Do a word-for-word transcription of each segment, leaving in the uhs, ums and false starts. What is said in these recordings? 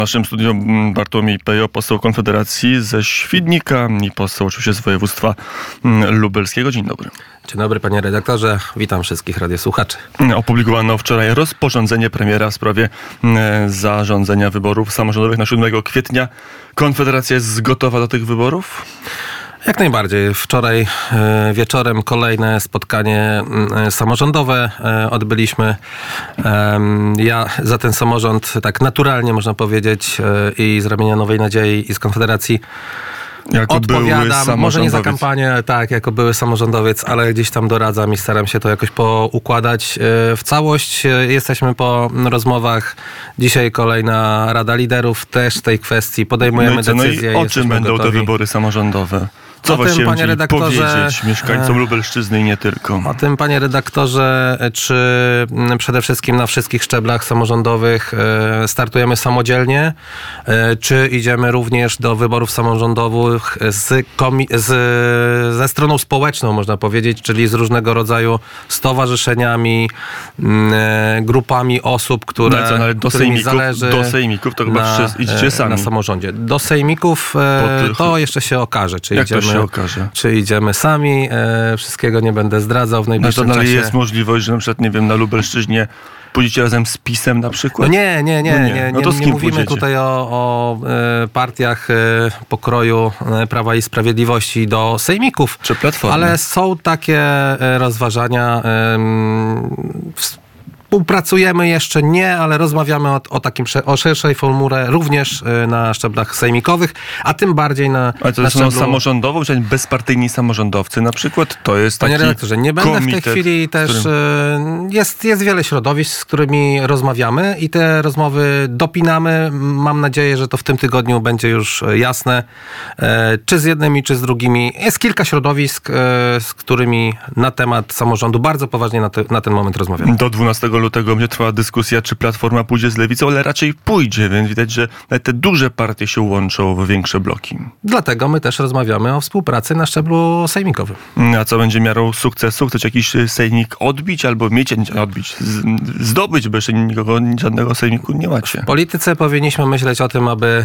W naszym studiu Bartłomiej Pejo, poseł Konfederacji ze Świdnika i poseł oczywiście z województwa lubelskiego. Dzień dobry. Dzień dobry, panie redaktorze. Witam wszystkich radiosłuchaczy. Opublikowano wczoraj rozporządzenie premiera w sprawie zarządzenia wyborów samorządowych na siódmego kwietnia. Konfederacja jest gotowa do tych wyborów? Jak najbardziej. Wczoraj e, wieczorem kolejne spotkanie e, samorządowe e, odbyliśmy. E, ja za ten samorząd tak naturalnie, można powiedzieć, e, i z ramienia Nowej Nadziei i z Konfederacji Jako odpowiadam, może nie za kampanię, tak, jako były samorządowiec, ale gdzieś tam doradzam i staram się to jakoś poukładać w całość. Jesteśmy po rozmowach. Dzisiaj kolejna Rada Liderów też w tej kwestii. Podejmujemy no co, decyzje. No i o czym będą gotowi. te wybory samorządowe? Co o właściwie tym, panie redaktorze, powiedzieć mieszkańcom Lubelszczyzny i nie tylko? O tym, panie redaktorze, czy przede wszystkim na wszystkich szczeblach samorządowych startujemy samodzielnie, czy idziemy również do wyborów samorządowych z komi- z, ze stroną społeczną, można powiedzieć, czyli z różnego rodzaju stowarzyszeniami, grupami osób, które no co, ale do którymi sejmików, zależy do sejmików to chyba na, wszyscy idziecie sami. Na samorządzie. Do sejmików tych... to jeszcze się okaże, czy Jak idziemy. To się okaże? Czy idziemy sami? E, wszystkiego nie będę zdradzał w najbliższym no to, no, czasie. jest możliwość, że na przykład, nie wiem, na Lubelszczyźnie pójdziecie razem z PiS-em na przykład? No nie, nie, nie. No nie, nie, no to z nie kim mówimy pójdziecie? tutaj o, o e, partiach e, pokroju e, Prawa i Sprawiedliwości do sejmików. Czy Platformy? Ale są takie e, rozważania. E, w, Współpracujemy jeszcze nie, ale rozmawiamy o, o takim o szerszej formule również na szczeblach sejmikowych, a tym bardziej na Ale to na są szczeblu... samorządową, czy bezpartyjni samorządowcy na przykład? To jest taki Panie redaktorze, nie będę w tej komitet, chwili też... którym... Jest, jest wiele środowisk, z którymi rozmawiamy i te rozmowy dopinamy. Mam nadzieję, że to w tym tygodniu będzie już jasne, czy z jednymi, czy z drugimi. Jest kilka środowisk, z którymi na temat samorządu bardzo poważnie na, te, na ten moment rozmawiamy. Do dwunastego lutego będzie trwała dyskusja, czy Platforma pójdzie z Lewicą, ale raczej pójdzie, więc widać, że te duże partie się łączą w większe bloki. Dlatego my też rozmawiamy o współpracy na szczeblu sejmikowym. A co będzie miarą sukcesu? Chcecie jakiś sejmik odbić albo mieć, nie odbić, zdobyć, bo jeszcze nikogo, żadnego sejmiku nie macie. W polityce powinniśmy myśleć o tym, aby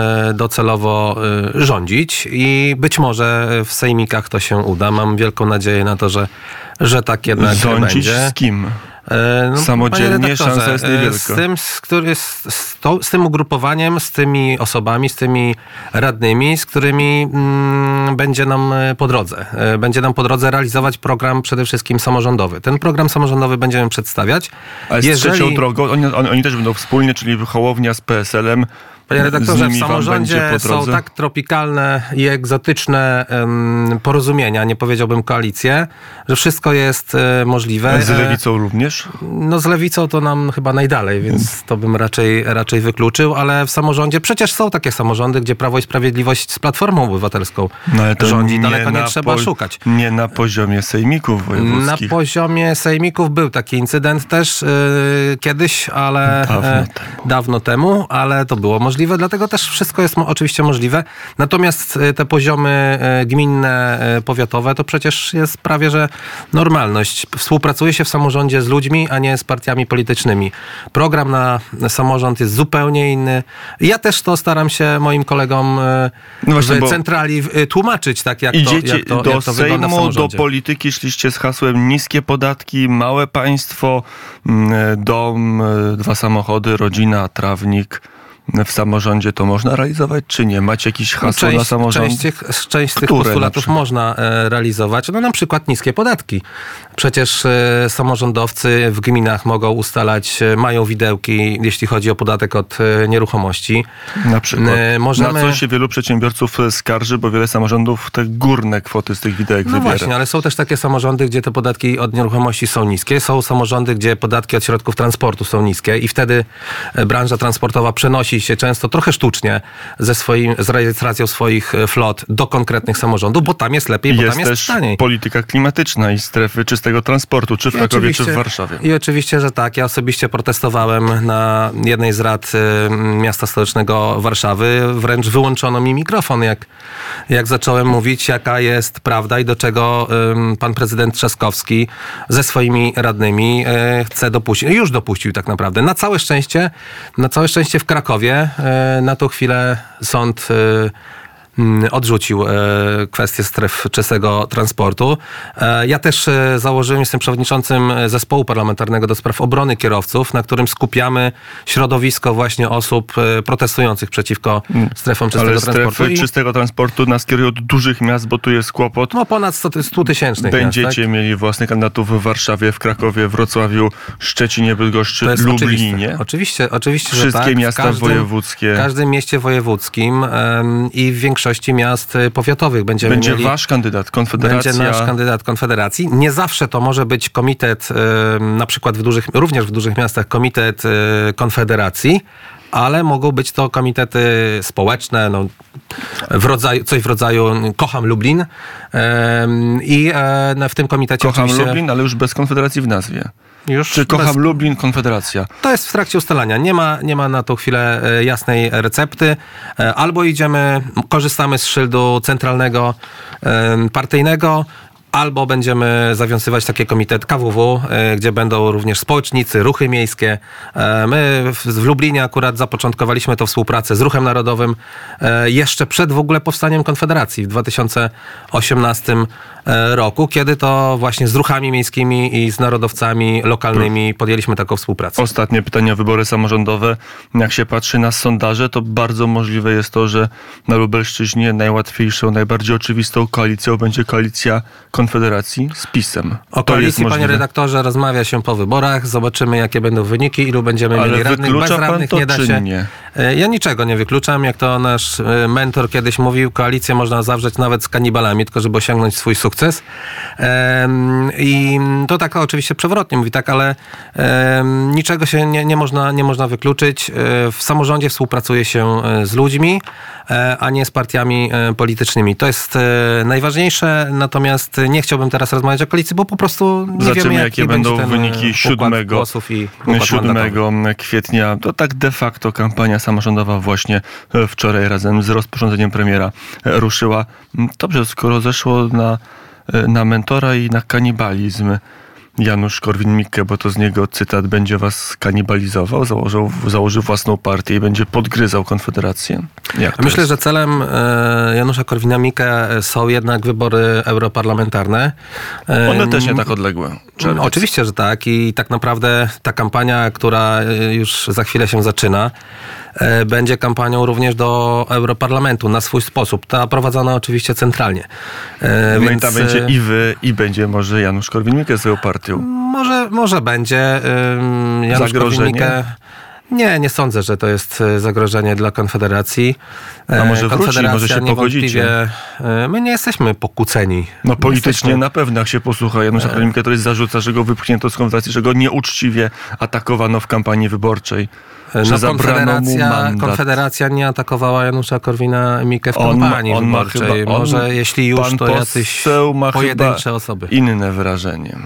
docelowo rządzić i być może w sejmikach to się uda. Mam wielką nadzieję na to, że, że tak jednak Rządzić będzie. z kim? No, Samodzielnie szansa jest niewielka. Z tym, z, który, z, z, to, z tym ugrupowaniem, z tymi osobami, z tymi radnymi, z którymi mm, będzie nam po drodze. Będzie nam po drodze realizować program przede wszystkim samorządowy. Ten program samorządowy będziemy przedstawiać. Ale z Jeżeli... trzecią drogą, oni, oni, oni też będą wspólnie, czyli Hołownia z P S L-em. Panie redaktorze, w samorządzie są tak tropikalne i egzotyczne um, porozumienia, nie powiedziałbym koalicje, że wszystko jest e, możliwe. Z Lewicą również? No z Lewicą to nam chyba najdalej, więc to bym raczej, raczej wykluczył, ale w samorządzie przecież są takie samorządy, gdzie Prawo i Sprawiedliwość z Platformą Obywatelską no, ale to rządzi. Daleko nie, nie trzeba po, szukać. Nie na poziomie sejmików wojewódzkich. Na poziomie sejmików był taki incydent też yy, kiedyś, ale dawno, e, temu. dawno temu, ale to było możliwe. Możliwe, dlatego też wszystko jest oczywiście możliwe. Natomiast te poziomy gminne, powiatowe to przecież jest prawie że normalność. Współpracuje się w samorządzie z ludźmi, a nie z partiami politycznymi. Program na samorząd jest zupełnie inny. Ja też to staram się moim kolegom no właśnie, w centrali tłumaczyć, tak jak to, jak to, do jak to wygląda w Sejmu, samorządzie. Do polityki szliście z hasłem niskie podatki, małe państwo, dom, dwa samochody, rodzina, trawnik. W samorządzie to można realizować, czy nie? Macie jakiś hasło część, na samorząd? Część, tych, część z tych postulatów można e, realizować. No na przykład niskie podatki. Przecież e, samorządowcy w gminach mogą ustalać, e, mają widełki, jeśli chodzi o podatek od e, nieruchomości. Na przykład. E, możemy... Na co się wielu przedsiębiorców skarży, bo wiele samorządów te górne kwoty z tych widełek no wybiera. No właśnie, ale są też takie samorządy, gdzie te podatki od nieruchomości są niskie. Są samorządy, gdzie podatki od środków transportu są niskie i wtedy branża transportowa przenosi się często trochę sztucznie ze swoim, z rejestracją swoich flot do konkretnych samorządów, bo tam jest lepiej, bo jest tam jest też taniej. Polityka klimatyczna i strefy czystego transportu, czy w Krakowie, czy w Warszawie. I oczywiście, że tak. Ja osobiście protestowałem na jednej z rad miasta stołecznego Warszawy. Wręcz wyłączono mi mikrofon, jak, jak zacząłem mówić, jaka jest prawda i do czego um, pan prezydent Trzaskowski ze swoimi radnymi e, chce dopuścić. Już dopuścił tak naprawdę. Na całe szczęście, na całe szczęście w Krakowie Krakowie. Na tą chwilę sąd odrzucił kwestię stref czystego transportu. Ja też założyłem, jestem przewodniczącym zespołu parlamentarnego do spraw obrony kierowców, na którym skupiamy środowisko właśnie osób protestujących przeciwko strefom czystego Ale transportu. strefy I czystego transportu nas kierują do dużych miast, bo tu jest kłopot. no ponad sto tysięcznych Będziecie miast, tak? mieli własnych kandydatów w Warszawie, w Krakowie, Wrocławiu, Szczecinie, Bydgoszczy, To jest Lublinie. oczywiste. Oczywiście, oczywiście, że Wszystkie tak. miasta w każdym, wojewódzkie. W każdym mieście wojewódzkim um, i w większości miast powiatowych będziemy Będzie mieli... wasz kandydat, Konfederacja. Będzie nasz kandydat Konfederacji. Nie zawsze to może być komitet, um, na przykład w dużych, również w dużych miastach komitet um, Konfederacji, ale mogą być to komitety społeczne, no, w rodzaju, coś w rodzaju Kocham Lublin um, i um, w tym komitecie Kocham oczywiście... Lublin, ale już bez Konfederacji w nazwie. Już Czy Kocham bez... Lublin, Konfederacja? To jest w trakcie ustalania. Nie ma, nie ma na tą chwilę jasnej recepty. Albo idziemy, korzystamy z szyldu centralnego, partyjnego, albo będziemy zawiązywać taki komitet K W W, gdzie będą również społecznicy, ruchy miejskie. My w Lublinie akurat zapoczątkowaliśmy tę współpracę z Ruchem Narodowym jeszcze przed w ogóle powstaniem Konfederacji w dwa tysiące osiemnastym roku, kiedy to właśnie z ruchami miejskimi i z narodowcami lokalnymi podjęliśmy taką współpracę. Ostatnie pytanie o wybory samorządowe. Jak się patrzy na sondaże, to bardzo możliwe jest to, że na Lubelszczyźnie najłatwiejszą, najbardziej oczywistą koalicją będzie koalicja Konfederacji z PiS-em. O koalicji, panie redaktorze, rozmawia się po wyborach. Zobaczymy, jakie będą wyniki, ilu będziemy Ale mieli radnych. Bez wyklucza pan radnych to, nie da czy się. nie? Ja niczego nie wykluczam. Jak to nasz mentor kiedyś mówił, koalicję można zawrzeć nawet z kanibalami, tylko żeby osiągnąć swój sukces. I to tak oczywiście przewrotnie mówi, tak, ale niczego się nie, nie, można, nie można wykluczyć. W samorządzie współpracuje się z ludźmi, a nie z partiami politycznymi. To jest najważniejsze, natomiast nie chciałbym teraz rozmawiać o koalicji, bo po prostu nie Zobaczymy, wiemy, jakie będą ten wyniki siódmego kwietnia. To tak de facto kampania samorządowa właśnie wczoraj razem z rozporządzeniem premiera ruszyła. Dobrze, skoro zeszło na, na mentora i na kanibalizm, Janusz Korwin-Mikke, bo to z niego cytat, będzie was kanibalizował, założył, założy własną partię i będzie podgryzał Konfederację? Jak to Myślę, jest? że celem e, Janusza Korwina-Mikke są jednak wybory europarlamentarne. E, One też nie tak odległe. Czerwiec. Oczywiście, że tak i tak naprawdę ta kampania, która już za chwilę się zaczyna, e, będzie kampanią również do Europarlamentu na swój sposób. Ta prowadzona oczywiście centralnie. E, No więc, i tam będzie i wy, i będzie może Janusz Korwin-Mikke swoją partią. Może, może będzie. Janusz Zagrożenie? Korwin-Mikke. Nie, nie sądzę, że to jest zagrożenie dla Konfederacji. A może wróci, może się pogodzicie? My nie jesteśmy pokłóceni. No politycznie jesteśmy... na pewno, jak się posłucha Janusza Korwin-Mikke, to jest zarzuca, że go wypchnięto z Konfederacji, że go nieuczciwie atakowano w kampanii wyborczej. Że no, zabrano mu mandat. Konfederacja nie atakowała Janusza Korwina-Mikke w on, kampanii on wyborczej. Ma chyba, on, Może jeśli już, pan to jacyś ma pojedyncze osoby. Inne wrażenie.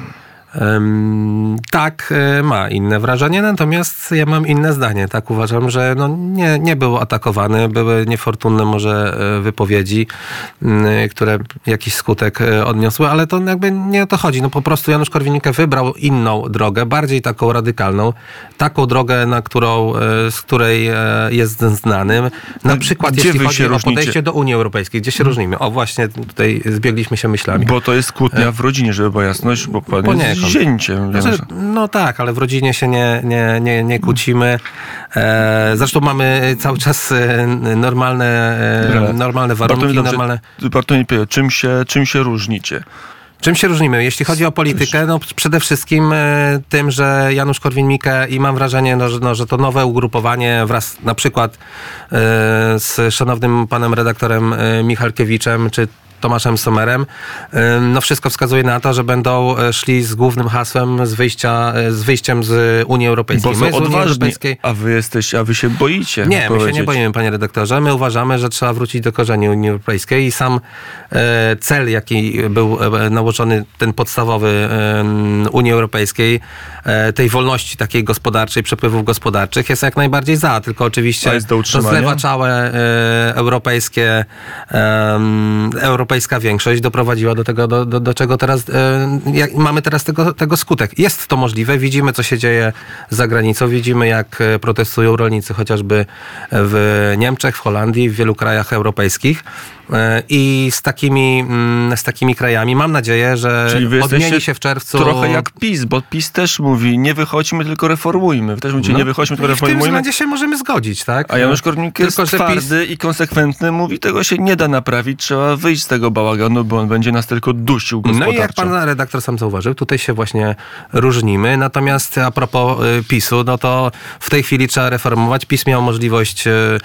Um, tak, ma inne wrażenie, natomiast ja mam inne zdanie. Tak uważam, że no nie, nie był atakowany, były niefortunne może wypowiedzi, które jakiś skutek odniosły, ale to jakby nie o to chodzi. No po prostu Janusz Korwin-Mikke wybrał inną drogę, bardziej taką radykalną, taką drogę, na którą, z której jest znanym. Na przykład Gdzie jeśli chodzi o różnicie? podejście do Unii Europejskiej, gdzie się hmm. różnimy. O właśnie, tutaj zbiegliśmy się myślami. Bo to jest kłótnia w rodzinie, żeby była jasność, bo pan Bo jest zięciem. Znaczy, no tak, ale w rodzinie się nie, nie, nie, nie kłócimy. E, zresztą mamy cały czas normalne, e, normalne warunki. Bartłomiej, normalne... Bartłomiej, czym się, czym się różnicie? Czym się różnimy? Jeśli chodzi o politykę, no przede wszystkim e, tym, że Janusz Korwin-Mikke i mam wrażenie, no, że, no, że to nowe ugrupowanie wraz na przykład e, z szanownym panem redaktorem e, Michalkiewiczem, czy Tomaszem Sommerem, no wszystko wskazuje na to, że będą szli z głównym hasłem z wyjścia, z wyjściem z Unii Europejskiej. Bo są My z Unii odważni, Europejskiej... a wy jesteś, a wy się boicie. Nie, powiedzieć. my się nie boimy, panie redaktorze. My uważamy, że trzeba wrócić do korzeni Unii Europejskiej i sam e, cel, jaki był e, nałożony, ten podstawowy e, Unii Europejskiej, e, tej wolności takiej gospodarczej, przepływów gospodarczych, jest jak najbardziej za, tylko oczywiście to zlewaczałe e, europejskie, e, euro, europejska większość doprowadziła do tego, do, do, do czego teraz e, jak, mamy teraz tego, tego skutek. Jest to możliwe, widzimy, co się dzieje za granicą, widzimy, jak protestują rolnicy chociażby w Niemczech, w Holandii, w wielu krajach europejskich. I z takimi, z takimi krajami mam nadzieję, że odmieni się w czerwcu. Trochę jak PiS, bo PiS też mówi, nie wychodźmy, tylko reformujmy. Wy też mówicie, no, nie wychodźmy, tylko i reformujmy. W tym względzie się możemy zgodzić, tak? A Janusz Korwin-Mikke jest tylko, twardy PiS... i konsekwentny, mówi, tego się nie da naprawić, trzeba wyjść z tego bałaganu, bo on będzie nas tylko dusił gospodarczo. No i jak pan redaktor sam zauważył, tutaj się właśnie różnimy. Natomiast a propos PiSu, no to w tej chwili trzeba reformować. PiS miał możliwość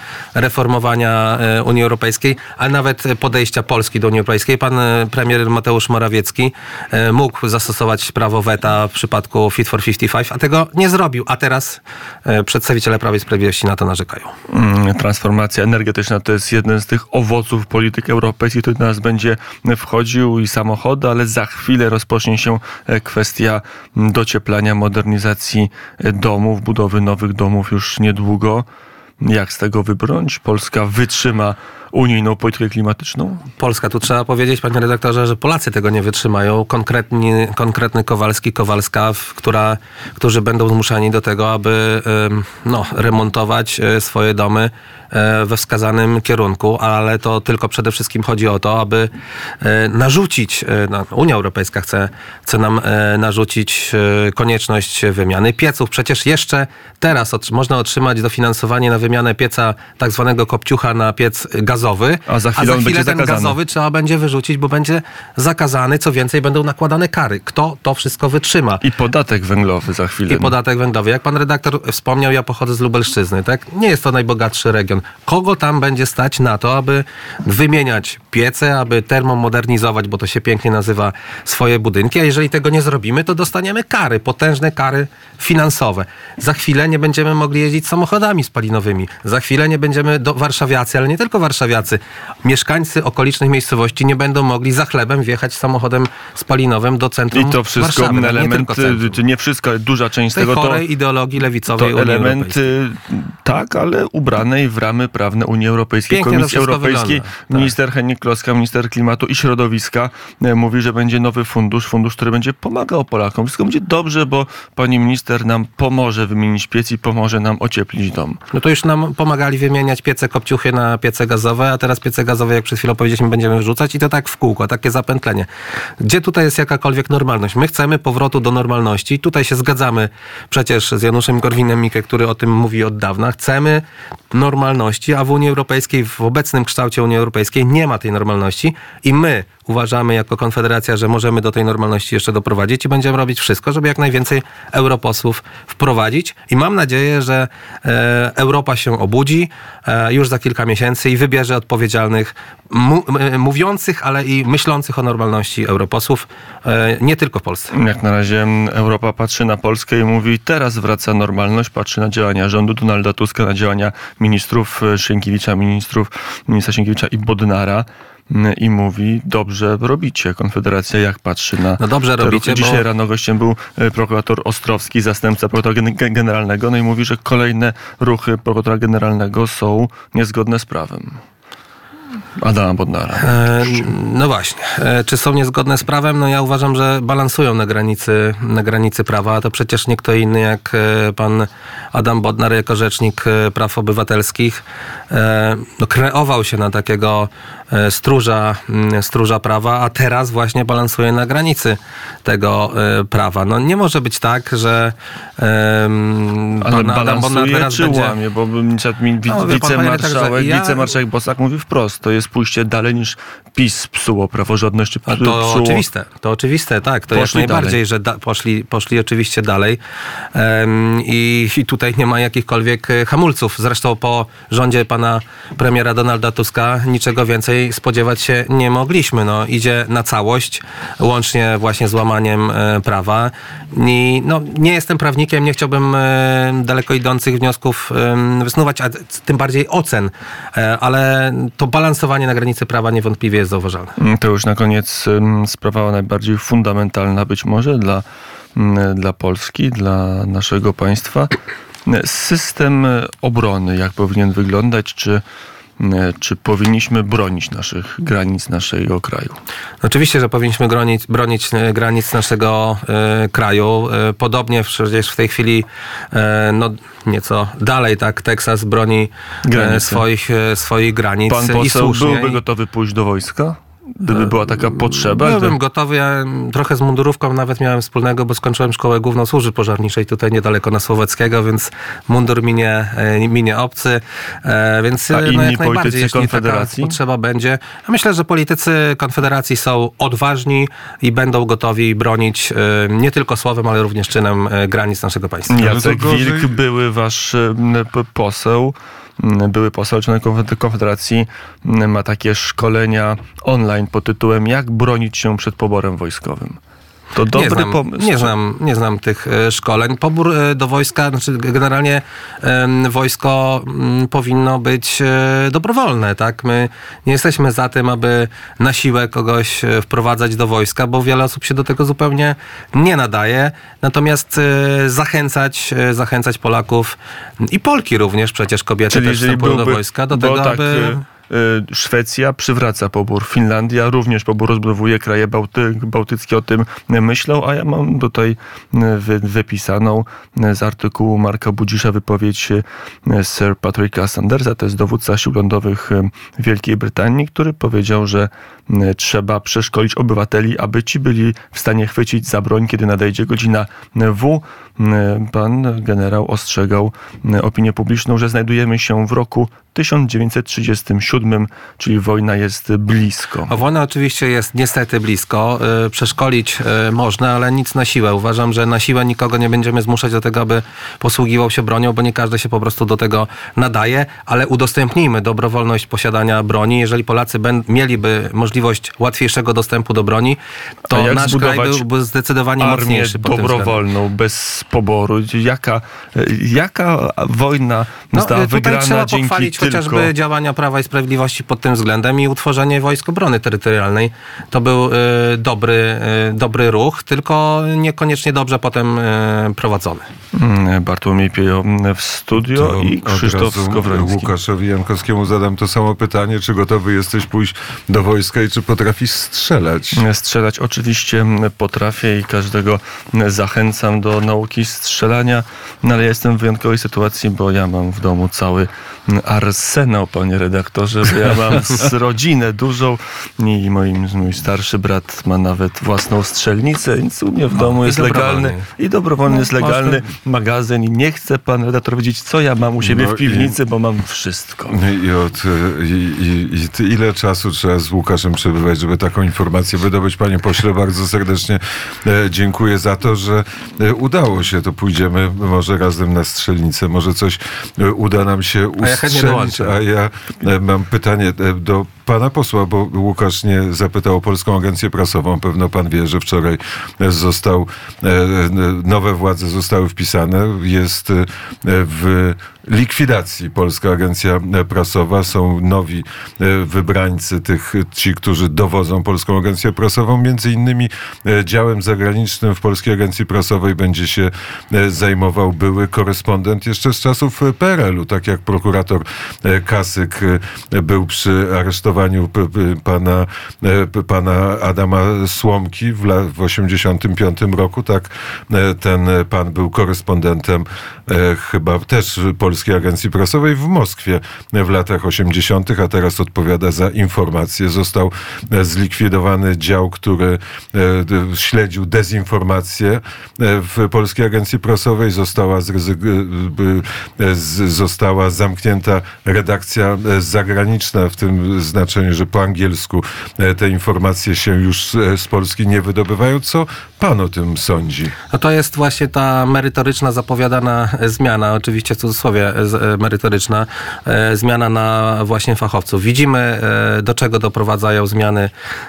reformowania Unii Europejskiej, a nawet podejścia Polski do Unii Europejskiej. Pan premier Mateusz Morawiecki mógł zastosować prawo weta w przypadku Fit for pięćdziesiąt pięć, a tego nie zrobił. A teraz przedstawiciele Prawa i Sprawiedliwości na to narzekają. Transformacja energetyczna to jest jeden z tych owoców polityki europejskiej, który do nas będzie wchodził i samochody, ale za chwilę rozpocznie się kwestia docieplania, modernizacji domów, budowy nowych domów już niedługo. Jak z tego wybrnąć? Polska wytrzyma unijną politykę klimatyczną? Polska, tu trzeba powiedzieć, panie redaktorze, że Polacy tego nie wytrzymają. Konkretni, konkretny Kowalski, Kowalska, która, którzy będą zmuszani do tego, aby no, remontować swoje domy we wskazanym kierunku, ale to tylko przede wszystkim chodzi o to, aby narzucić, no, Unia Europejska chce, chce nam narzucić konieczność wymiany pieców. Przecież jeszcze teraz od, można otrzymać dofinansowanie na wymianę pieca tak zwanego kopciucha na piec gazowy, a za chwilę, a za chwilę ten zakazany. gazowy trzeba będzie wyrzucić, bo będzie zakazany, co więcej będą nakładane kary. Kto to wszystko wytrzyma? I podatek węglowy za chwilę. I podatek węglowy. Jak pan redaktor wspomniał, ja pochodzę z Lubelszczyzny, tak? Nie jest to najbogatszy region. Kogo tam będzie stać na to, aby wymieniać piece, aby termomodernizować, bo to się pięknie nazywa, swoje budynki, a jeżeli tego nie zrobimy, to dostaniemy kary, potężne kary finansowe. Za chwilę nie będziemy mogli jeździć samochodami spalinowymi. Za chwilę nie będziemy, do warszawiacy, ale nie tylko warszawiacy, mieszkańcy okolicznych miejscowości nie będą mogli za chlebem wjechać samochodem spalinowym do centrum I to wszystko Warszawy, elementy, nie, nie wszystko, duża część tej tego to... chorej ideologii lewicowej to Unii elementy, Europejskiej. Tak, ale ubranej w ramy prawne Unii Europejskiej, Pięknie Komisji Europejskiej. Wygląda. Minister Henning Kloska, minister klimatu i środowiska mówi, że będzie nowy fundusz, fundusz, który będzie pomagał Polakom. Wszystko będzie dobrze, bo pani minister nam pomoże wymienić piec i pomoże nam ocieplić dom. No to już nam pomagali wymieniać piece kopciuchy na piece gazowe, a teraz piece gazowe, jak przed chwilą powiedzieliśmy, będziemy wrzucać i to tak w kółko, takie zapętlenie. Gdzie tutaj jest jakakolwiek normalność? My chcemy powrotu do normalności. Tutaj się zgadzamy przecież z Januszem Korwinem-Mikke, który o tym mówi od dawna. Chcemy normalności, a w Unii Europejskiej, w obecnym kształcie Unii Europejskiej nie ma tej normalności i my uważamy jako Konfederacja, że możemy do tej normalności jeszcze doprowadzić i będziemy robić wszystko, żeby jak najwięcej europosłów wprowadzić i mam nadzieję, że e, Europa się obudzi e, już za kilka miesięcy i wybierze odpowiedzialnych, mu, e, mówiących, ale i myślących o normalności europosłów, e, nie tylko w Polsce. Jak na razie Europa patrzy na Polskę i mówi, teraz wraca normalność, patrzy na działania rządu Donalda Tuska, na działania ministrów Sienkiewicza, ministrów, ministra Sienkiewicza i Bodnara. I mówi, dobrze robicie. Konfederacja jak patrzy na no dobrze robicie, ruchy. Dzisiaj bo... rano gościem był prokurator Ostrowski, zastępca prokuratora generalnego, no i mówi, że kolejne ruchy prokuratora generalnego są niezgodne z prawem. Adama Bodnara. E, no właśnie. E, czy są niezgodne z prawem? No ja uważam, że balansują na granicy, na granicy prawa. To przecież nie kto inny jak e, pan Adam Bodnar jako rzecznik e, praw obywatelskich e, no, kreował się na takiego e, stróża, m, stróża prawa, a teraz właśnie balansuje na granicy tego e, prawa. No nie może być tak, że e, pan Adam Bodnar teraz czy będzie... łamie, bo no, wicemarszałek, ja... wicemarszałek Bosak mówi wprost, to jest pójście dalej niż PiS psuło praworządność. A to psuło... oczywiste, to oczywiste, tak. To jak najbardziej, że da, poszli, poszli oczywiście dalej um, i, i tutaj nie ma jakichkolwiek hamulców. Zresztą po rządzie pana premiera Donalda Tuska niczego więcej spodziewać się nie mogliśmy. No, idzie na całość, łącznie właśnie z łamaniem e, prawa. I, no, nie jestem prawnikiem, nie chciałbym e, daleko idących wniosków e, wysnuwać, a tym bardziej ocen, e, ale to balansowanie na granicy prawa niewątpliwie jest zauważalne. To już na koniec sprawa najbardziej fundamentalna być może dla, dla Polski, dla naszego państwa. System obrony, jak powinien wyglądać? Czy Czy powinniśmy bronić naszych granic, naszego kraju? Oczywiście, że powinniśmy bronić, bronić granic naszego e, kraju. E, podobnie przecież w tej chwili e, no, nieco dalej tak Teksas broni e, swoich, e, swoich granic. Pan poseł i słusznie. byłby gotowy pójść do wojska? Gdyby była taka potrzeba? Byłbym to... gotowy. Ja trochę z mundurówką nawet miałem wspólnego, bo skończyłem szkołę główną służby pożarniczej tutaj niedaleko na Słowackiego, więc mundur mi nie, mi nie obcy. Więc A no, inni jak najbardziej, jeśli Konfederacji? taka potrzeba będzie. Ja myślę, że politycy Konfederacji są odważni i będą gotowi bronić nie tylko słowem, ale również czynem granic naszego państwa. Jacek Wilk, były wasz poseł, były poseł członek Konfederacji, ma takie szkolenia online pod tytułem "Jak bronić się przed poborem wojskowym". To dobry nie znam, pomysł. Nie znam, nie znam tych e, szkoleń. Pobór e, do wojska, znaczy generalnie e, wojsko m, powinno być e, dobrowolne, tak? My nie jesteśmy za tym, aby na siłę kogoś e, wprowadzać do wojska, bo wiele osób się do tego zupełnie nie nadaje. Natomiast e, zachęcać, e, zachęcać Polaków i Polki również, przecież kobiety Czyli też wstępują do wojska, do tego, tak, aby... Szwecja przywraca pobór. Finlandia również pobór rozbudowuje. Kraje Bałty, bałtyckie o tym myślą, a ja mam tutaj wy, wypisaną z artykułu Marka Budzisza wypowiedź Sir Patricka Sandersa, to jest dowódca sił lądowych Wielkiej Brytanii, który powiedział, że trzeba przeszkolić obywateli, aby ci byli w stanie chwycić za broń, kiedy nadejdzie godzina W. Pan generał ostrzegał opinię publiczną, że znajdujemy się w roku tysiąc dziewięćset trzydziestym siódmym, czyli wojna jest blisko. A wojna oczywiście jest niestety blisko. Przeszkolić można, ale nic na siłę. Uważam, że na siłę nikogo nie będziemy zmuszać do tego, aby posługiwał się bronią, bo nie każdy się po prostu do tego nadaje, ale udostępnijmy dobrowolność posiadania broni. Jeżeli Polacy ben- mieliby możliwość łatwiejszego dostępu do broni, to nasz kraj byłby zdecydowanie mocniejszy pod tym dobrowolną, względem. bez poboru. Jaka, jaka wojna no, została wygrana trzeba dzięki pochwalić tylko... chociażby działania Prawa i Sprawiedliwości pod tym względem i utworzenie Wojsk Obrony Terytorialnej. To był y, dobry, y, dobry ruch, tylko niekoniecznie dobrze potem y, prowadzony. Bartłomiej Piejo w studio to i Krzysztof Skowroński. Łukaszowi Jankowskiemu zadam to samo pytanie, czy gotowy jesteś pójść do wojska i czy potrafisz strzelać? Strzelać oczywiście potrafię i każdego zachęcam do nauki strzelania, no ale ja jestem w wyjątkowej sytuacji, bo ja mam w domu cały arsenał, panie redaktorze, bo ja mam rodzinę dużą i mój, mój starszy brat ma nawet własną strzelnicę, więc u mnie w domu o, jest i legalny i dobrowolny no, jest legalny magazyn i nie chce pan redaktor wiedzieć, co ja mam u siebie no w piwnicy, i, bo mam wszystko. I, od, i, i, i ile czasu trzeba z Łukaszem przebywać, żeby taką informację wydobyć? Panie pośle, bardzo serdecznie e, dziękuję za to, że e, udało się. To pójdziemy może razem na strzelnicę, może coś e, uda nam się ustrzelić. A ja e, mam pytanie e, do pana posła, bo Łukasz nie zapytał o Polską Agencję Prasową. Pewno pan wie, że wczoraj został, nowe władze zostały wpisane. Jest w likwidacji Polska Agencja Prasowa. Są nowi wybrańcy, tych, ci, którzy dowodzą Polską Agencję Prasową. Między innymi działem zagranicznym w Polskiej Agencji Prasowej będzie się zajmował były korespondent jeszcze z czasów P R L u, tak jak prokurator Kasyk był przy aresztowaniu pana, pana Adama Słomki w, la, w osiemdziesiątym piątym roku. Tak, ten pan był korespondentem chyba też Polskiej Agencji Prasowej w Moskwie w latach osiemdziesiątych, a teraz odpowiada za informacje. Został zlikwidowany dział, który śledził dezinformację w Polskiej Agencji Prasowej. Została, zrezyg- została zamknięta redakcja zagraniczna, w tym znaczeniu, że po angielsku te informacje się już z Polski nie wydobywają. Co pan o tym sądzi? No to jest właśnie ta merytoryczna, zapowiadana zmiana, oczywiście w cudzysłowie merytoryczna, zmiana na właśnie fachowców. Widzimy, do czego doprowadzają zmiany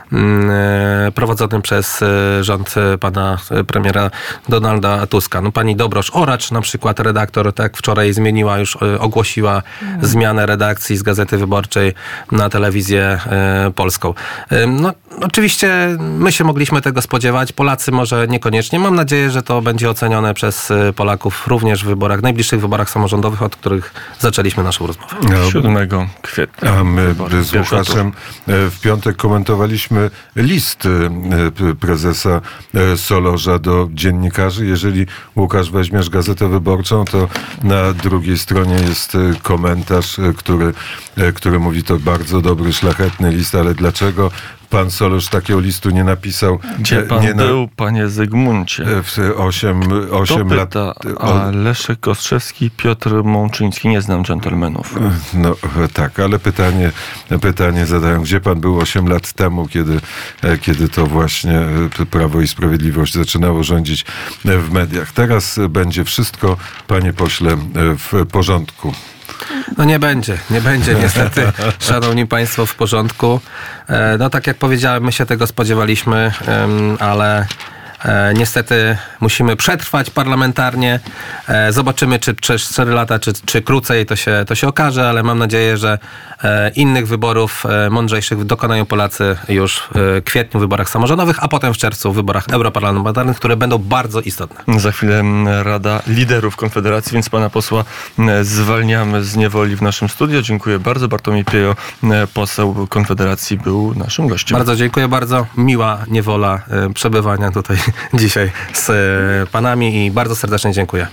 prowadzone przez rząd pana premiera Donalda Tuska. No pani Dobrosz-Oracz, na przykład redaktor, tak wczoraj zmieniła, już ogłosiła mm. zmianę redakcji z Gazety Wyborczej na telewizję polską. No oczywiście my się mogliśmy tego spodziewać, Polacy może niekoniecznie. Mam nadzieję, że to będzie ocenione przez Polaków również w wyborach, najbliższych wyborach samorządowych, od których zaczęliśmy naszą rozmowę. siódmego kwietnia. A my Wybory. z Łukaszem w piątek komentowaliśmy list prezesa Solorza do dziennikarzy. Jeżeli, Łukasz, weźmiesz Gazetę Wyborczą, to na drugiej stronie jest komentarz, który, który mówi, to bardzo dobry, szlachetny list, ale dlaczego pan Solorz takiego listu nie napisał? Gdzie pan nie był, na, panie Zygmuncie? w osiem, osiem To lat. pyta, a Leszek Ostrzewski, Piotr Mączyński, nie znam dżentelmenów. No tak, ale pytanie, pytanie zadają, gdzie pan był osiem lat temu, kiedy, kiedy to właśnie Prawo i Sprawiedliwość zaczynało rządzić w mediach. Teraz będzie wszystko, panie pośle, w porządku. No nie będzie, nie będzie niestety, szanowni państwo, w porządku. No tak jak powiedziałem, my się tego spodziewaliśmy, ale niestety musimy przetrwać parlamentarnie. Zobaczymy, czy przez cztery lata, czy, czy krócej, to się, to się okaże, ale mam nadzieję, że innych wyborów mądrzejszych dokonają Polacy już w kwietniu w wyborach samorządowych, a potem w czerwcu w wyborach europarlamentarnych, które będą bardzo istotne. Za chwilę Rada Liderów Konfederacji, więc pana posła zwalniamy z niewoli w naszym studio. Dziękuję bardzo. Bartłomiej Piejo, poseł Konfederacji, był naszym gościem. Bardzo dziękuję, bardzo miła niewola przebywania tutaj dzisiaj z panami i bardzo serdecznie dziękuję.